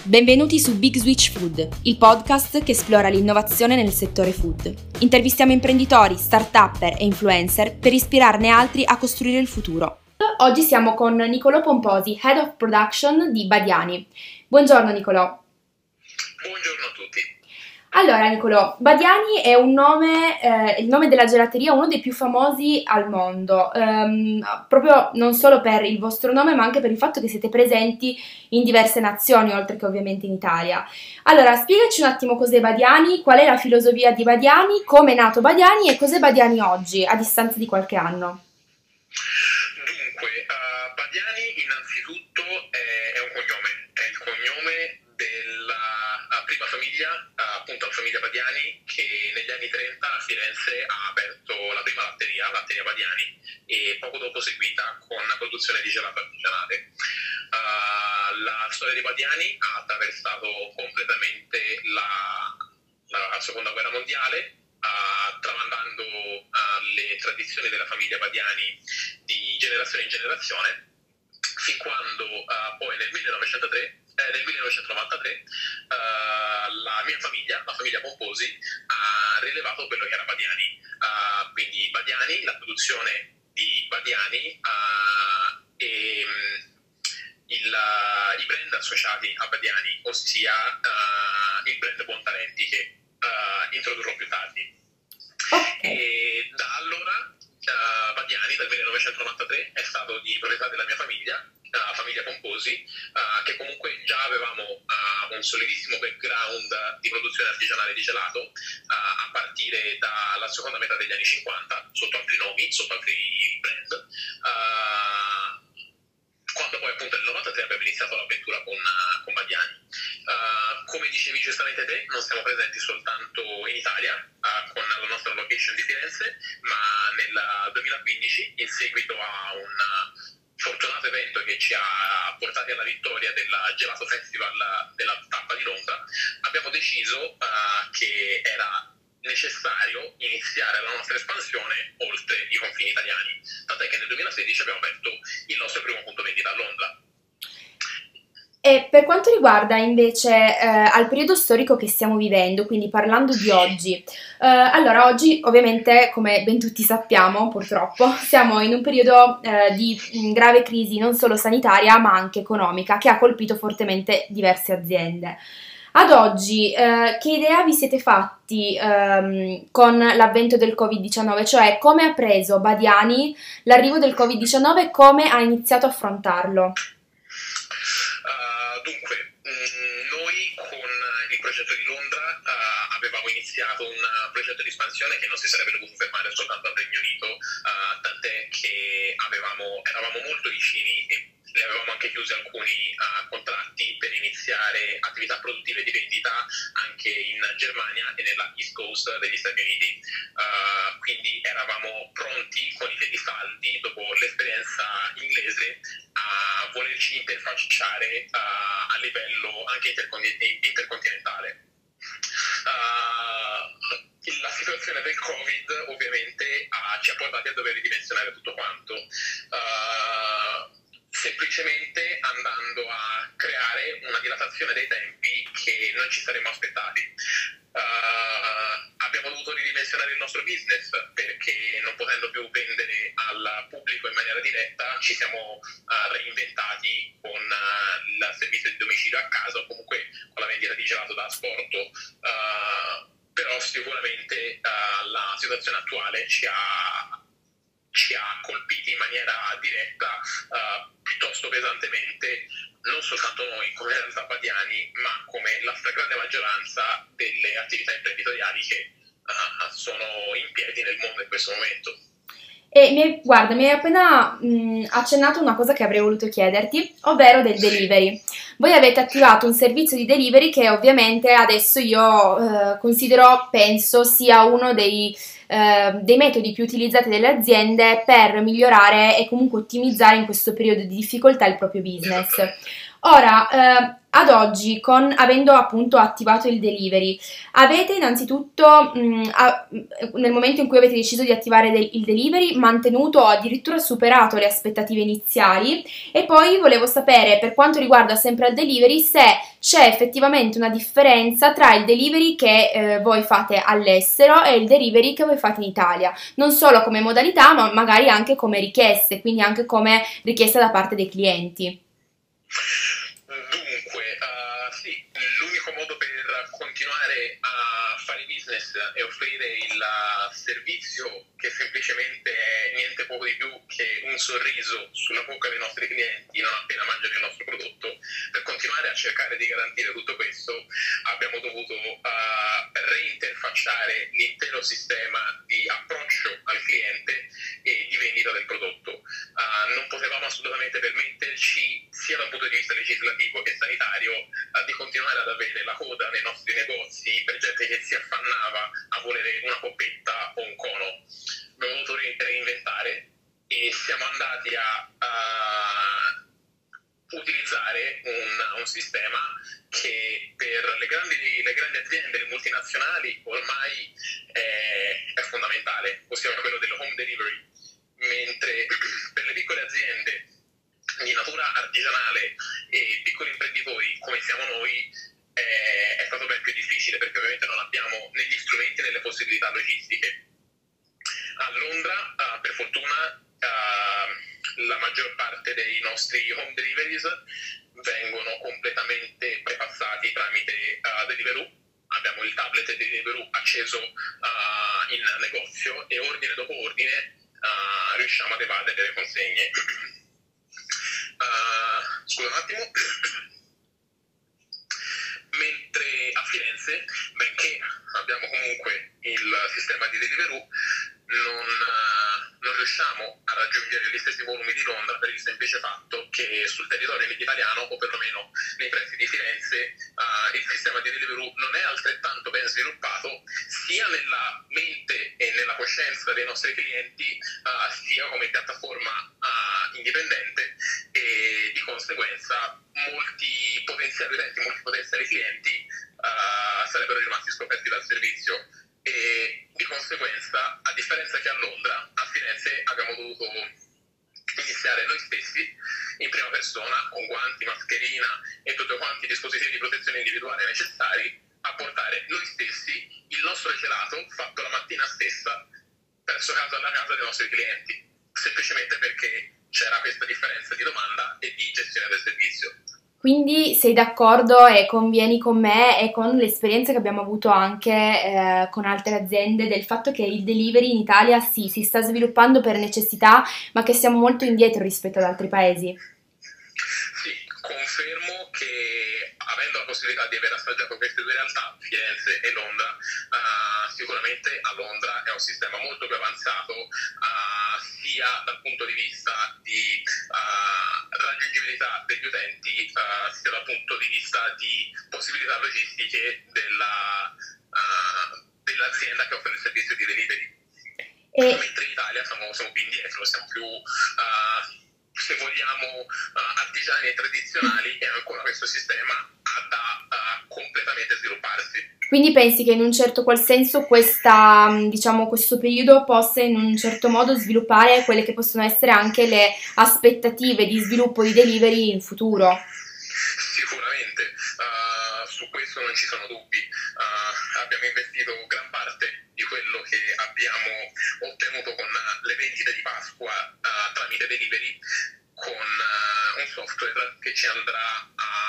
Benvenuti su Big Switch Food, il podcast che esplora l'innovazione nel settore food. Intervistiamo imprenditori, start-upper e influencer per ispirarne altri a costruire il futuro. Oggi siamo con Nicolò Pomposi, Head of Production di Badiani. Buongiorno Nicolò. Buongiorno a tutti. Allora Nicolò, Badiani è un nome, il nome della gelateria, uno dei più famosi al mondo, proprio non solo per il vostro nome ma anche per il fatto che siete presenti in diverse nazioni, oltre che ovviamente in Italia. Allora, spiegaci un attimo cos'è Badiani, qual è la filosofia di Badiani, come è nato Badiani e cos'è Badiani oggi, a distanza di qualche anno. Dunque, Badiani innanzitutto è un cognome, è il cognome della prima famiglia, appunto la famiglia Badiani, che negli anni 30 a Firenze ha aperto la prima latteria Badiani, e poco dopo seguita con la produzione di gelato artigianale. La storia di Badiani ha attraversato completamente la seconda guerra mondiale, tramandando le tradizioni della famiglia Badiani di generazione in generazione, fin quando poi nel 1993 la mia famiglia, la famiglia Pomposi, ha rilevato quello che era Badiani. Quindi Badiani, la produzione di Badiani e i brand associati a Badiani, ossia il brand Buontalenti, che introdurrò più tardi. E da allora Badiani, dal 1993, è stato di proprietà della mia famiglia, la famiglia Pomposi, che comunque già avevamo un solidissimo background di produzione artigianale di gelato, a partire dalla seconda metà degli anni 50, sotto altri nomi, sotto altri brand, quando poi appunto nel 93 abbiamo iniziato l'avventura con Badiani. Come dicevi giustamente te, non siamo presenti soltanto in Italia con la nostra location di Firenze, ma nel 2015, in seguito a un fortunato evento che ci ha portati alla vittoria del Gelato Festival della tappa di Londra, abbiamo deciso che era necessario iniziare la nostra espansione oltre i confini italiani, tant'è che nel 2016 abbiamo aperto il nostro primo punto vendita a Londra. E per quanto riguarda invece al periodo storico che stiamo vivendo, quindi parlando di oggi, allora oggi ovviamente, come ben tutti sappiamo purtroppo, siamo in un periodo di grave crisi non solo sanitaria ma anche economica, che ha colpito fortemente diverse aziende. Ad oggi, che idea vi siete fatti con l'avvento del Covid-19? Cioè, come ha preso Badiani l'arrivo del Covid-19 e come ha iniziato a affrontarlo? Dunque, noi con il progetto di Londra avevamo iniziato un progetto di espansione che non si sarebbe dovuto fermare soltanto al Regno Unito, tant'è che eravamo molto vicini e ne avevamo anche chiusi alcuni contratti per iniziare attività produttive di vendita anche in Germania e nella East Coast degli Stati Uniti. Quindi eravamo pronti con i piedi saldi, dopo l'esperienza inglese, a volerci interfacciare a livello anche intercontinentale. La situazione del Covid ovviamente ci ha portati a dover ridimensionare tutto quanto, semplicemente andando a creare una dilatazione dei tempi che non ci saremmo aspettati. Abbiamo dovuto ridimensionare il nostro business perché, non potendo più vendere al pubblico in maniera diretta, ci siamo reinventati con il servizio di domicilio a casa o comunque con la vendita di gelato da asporto. Però sicuramente la situazione attuale ci ha colpiti in maniera diretta, piuttosto pesantemente, non soltanto noi come realtà Badiani, ma come la stragrande maggioranza delle attività imprenditoriali che sono in piedi nel mondo in questo momento. E guarda, mi hai appena accennato una cosa che avrei voluto chiederti, ovvero del delivery. Voi avete attivato un servizio di delivery che ovviamente adesso io penso sia uno dei metodi più utilizzati dalle aziende per migliorare e comunque ottimizzare in questo periodo di difficoltà il proprio business. Ora, ad oggi, avendo appunto attivato il delivery, avete innanzitutto, nel momento in cui avete deciso di attivare il delivery, mantenuto o addirittura superato le aspettative iniziali? E poi volevo sapere, per quanto riguarda sempre il delivery, se c'è effettivamente una differenza tra il delivery che voi fate all'estero e il delivery che voi fate in Italia, non solo come modalità, ma magari anche come richieste, quindi anche come richiesta da parte dei clienti. Dunque, sì, l'unico modo per continuare a fare business e offrire il servizio che semplicemente è niente poco di più che un sorriso sulla bocca dei nostri clienti non appena mangiano il nostro prodotto, per continuare a cercare di garantire tutto questo abbiamo dovuto reinterfacciare l'intero sistema di approccio al cliente e di vendita del prodotto. Non potevamo assolutamente permetterci, sia da un punto di vista legislativo che sanitario, di continuare ad avere la coda nei nostri negozi per gente che si affannava a volere una coppetta o un cono. Abbiamo dovuto reinventare e siamo andati a utilizzare un sistema che per le grandi aziende, le multinazionali, ormai è fondamentale, ossia quello dello home delivery, mentre per le piccole aziende di natura artigianale e piccoli imprenditori come siamo noi è stato ben più difficile, perché ovviamente non abbiamo né gli strumenti né le possibilità logistiche. A Londra, per fortuna, la maggior parte dei nostri home deliveries vengono completamente prepassati tramite Deliveroo. Abbiamo il tablet di Deliveroo acceso in negozio e ordine dopo ordine riusciamo ad evadere le consegne. Scusa un attimo. Mentre a Firenze, benché abbiamo comunque il sistema di Deliveroo, non riusciamo a raggiungere gli stessi volumi di Londra, per il semplice fatto che sul territorio italiano, o perlomeno nei pressi di Firenze, il sistema di Deliveroo non è altrettanto ben sviluppato, sia nella mente e nella coscienza dei nostri clienti, sia come piattaforma indipendente, e di conseguenza molti potenziali utenti, molti potenziali clienti sarebbero rimasti scoperti dal servizio. E di conseguenza, a differenza che a Londra, a Firenze abbiamo dovuto iniziare noi stessi in prima persona, con guanti, mascherina e tutti quanti i dispositivi di protezione individuale necessari, a portare noi stessi il nostro gelato fatto la mattina stessa verso casa alla casa dei nostri clienti, semplicemente perché c'era questa differenza di domanda e di gestione del servizio. Quindi sei d'accordo e convieni con me e con l'esperienza che abbiamo avuto anche con altre aziende del fatto che il delivery in Italia sì, si sta sviluppando per necessità, ma che siamo molto indietro rispetto ad altri paesi. Sì, confermo che avendo la possibilità di aver assaggiato queste due realtà, Firenze e Londra, sicuramente a Londra è un sistema molto più avanzato, sia dal punto di vista di raggiungibilità degli utenti, sia dal punto di vista di possibilità logistiche dell'azienda che offre il servizio di delivery. Mentre in Italia siamo più indietro, siamo più, se vogliamo, artigiani e tradizionali, e ancora questo sistema ha da completamente svilupparsi. Quindi pensi che in un certo qual senso questo periodo possa in un certo modo sviluppare quelle che possono essere anche le aspettative di sviluppo di delivery in futuro? Sicuramente, su questo non ci sono dubbi. Abbiamo investito gran parte di quello che abbiamo ottenuto con le vendite di Pasqua tramite delivery, con un software che ci andrà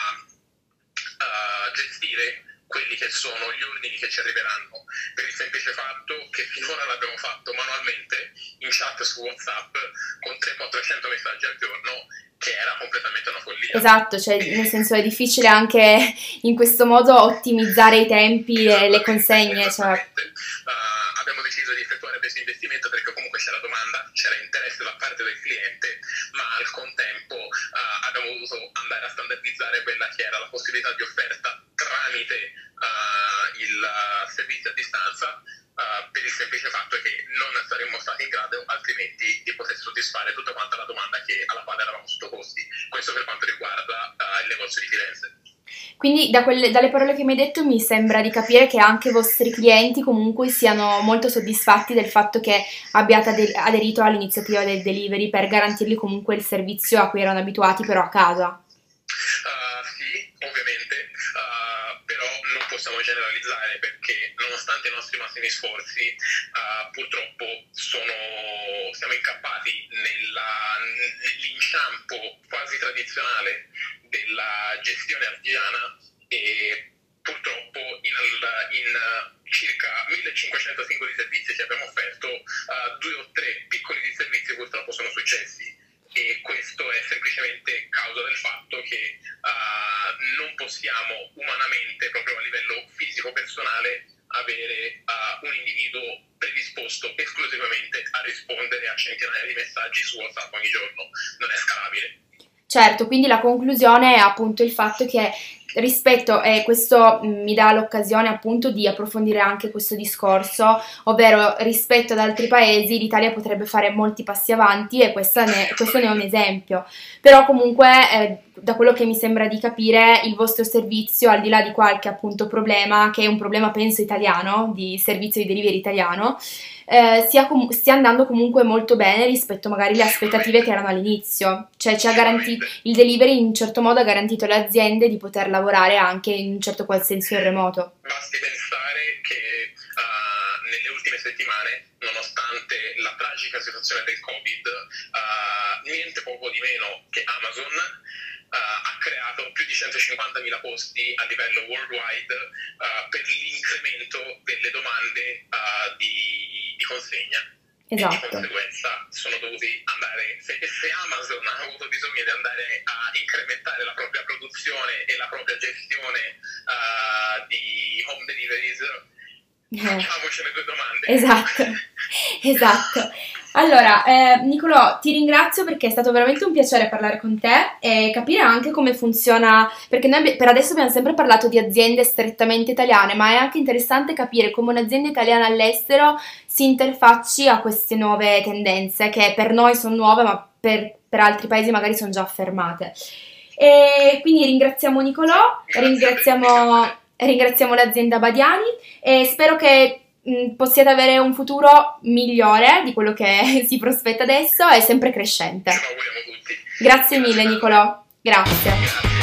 a gestire quelli che sono gli ordini che ci arriveranno, per il semplice fatto che finora l'abbiamo fatto manualmente in chat su WhatsApp con 300-400 messaggi al giorno, che era completamente una follia. Esatto, cioè nel senso è difficile anche in questo modo ottimizzare i tempi e le consegne. Cioè. Abbiamo deciso di effettuare questo investimento perché comunque c'era domanda, c'era interesse da parte del cliente, ma al contempo abbiamo dovuto andare a standardizzare quella che era la possibilità di offerta tramite il servizio a distanza, per il semplice fatto che non saremmo stati in grado altrimenti di poter soddisfare tutta quanta la domanda alla quale eravamo sottoposti. Questo per quanto riguarda il negozio di Firenze. Quindi dalle parole che mi hai detto mi sembra di capire che anche i vostri clienti comunque siano molto soddisfatti del fatto che abbiate aderito all'iniziativa del delivery per garantirgli comunque il servizio a cui erano abituati però a casa. Sì, ovviamente, però non possiamo generalizzare perché nonostante i nostri massimi sforzi, purtroppo siamo incappati nell'inciampo quasi tradizionale della gestione artigiana e purtroppo in circa 1500 singoli servizi che abbiamo offerto, 2 o 3 piccoli disservizi purtroppo sono successi. E questo è semplicemente causa del fatto che non possiamo umanamente, proprio a livello fisico-personale, avere un individuo predisposto esclusivamente a rispondere a centinaia di messaggi su WhatsApp ogni giorno. Non è scalabile. Certo, quindi la conclusione è appunto il fatto che rispetto, e questo mi dà l'occasione appunto di approfondire anche questo discorso, ovvero rispetto ad altri paesi l'Italia potrebbe fare molti passi avanti e questo ne è un esempio. Però comunque da quello che mi sembra di capire il vostro servizio, al di là di qualche appunto problema, che è un problema penso italiano, di servizio di delivery italiano, stia andando comunque molto bene rispetto magari alle aspettative che erano all'inizio, cioè ci ha garantito, il delivery in un certo modo ha garantito alle aziende di poter lavorare anche in un certo qual senso in remoto. Basti pensare che nelle ultime settimane, nonostante la tragica situazione del Covid, niente poco di meno che Amazon ha creato più di 150.000 posti a livello worldwide per l'incremento delle domande di consegna. Esatto. E di conseguenza sono dovuti andare, se Amazon ha avuto bisogno di andare a incrementare la propria produzione e la propria gestione di home deliveries, facciamoci le 2 domande. Esatto. Allora, Nicolò, ti ringrazio perché è stato veramente un piacere parlare con te e capire anche come funziona, perché noi per adesso abbiamo sempre parlato di aziende strettamente italiane, ma è anche interessante capire come un'azienda italiana all'estero si interfacci a queste nuove tendenze, che per noi sono nuove, ma per altri paesi magari sono già affermate. E quindi ringraziamo Nicolò, ringraziamo l'azienda Badiani e spero che possiate avere un futuro migliore di quello che si prospetta adesso e sempre crescente. Ce lo auguriamo tutti. Grazie mille Nicolò, grazie.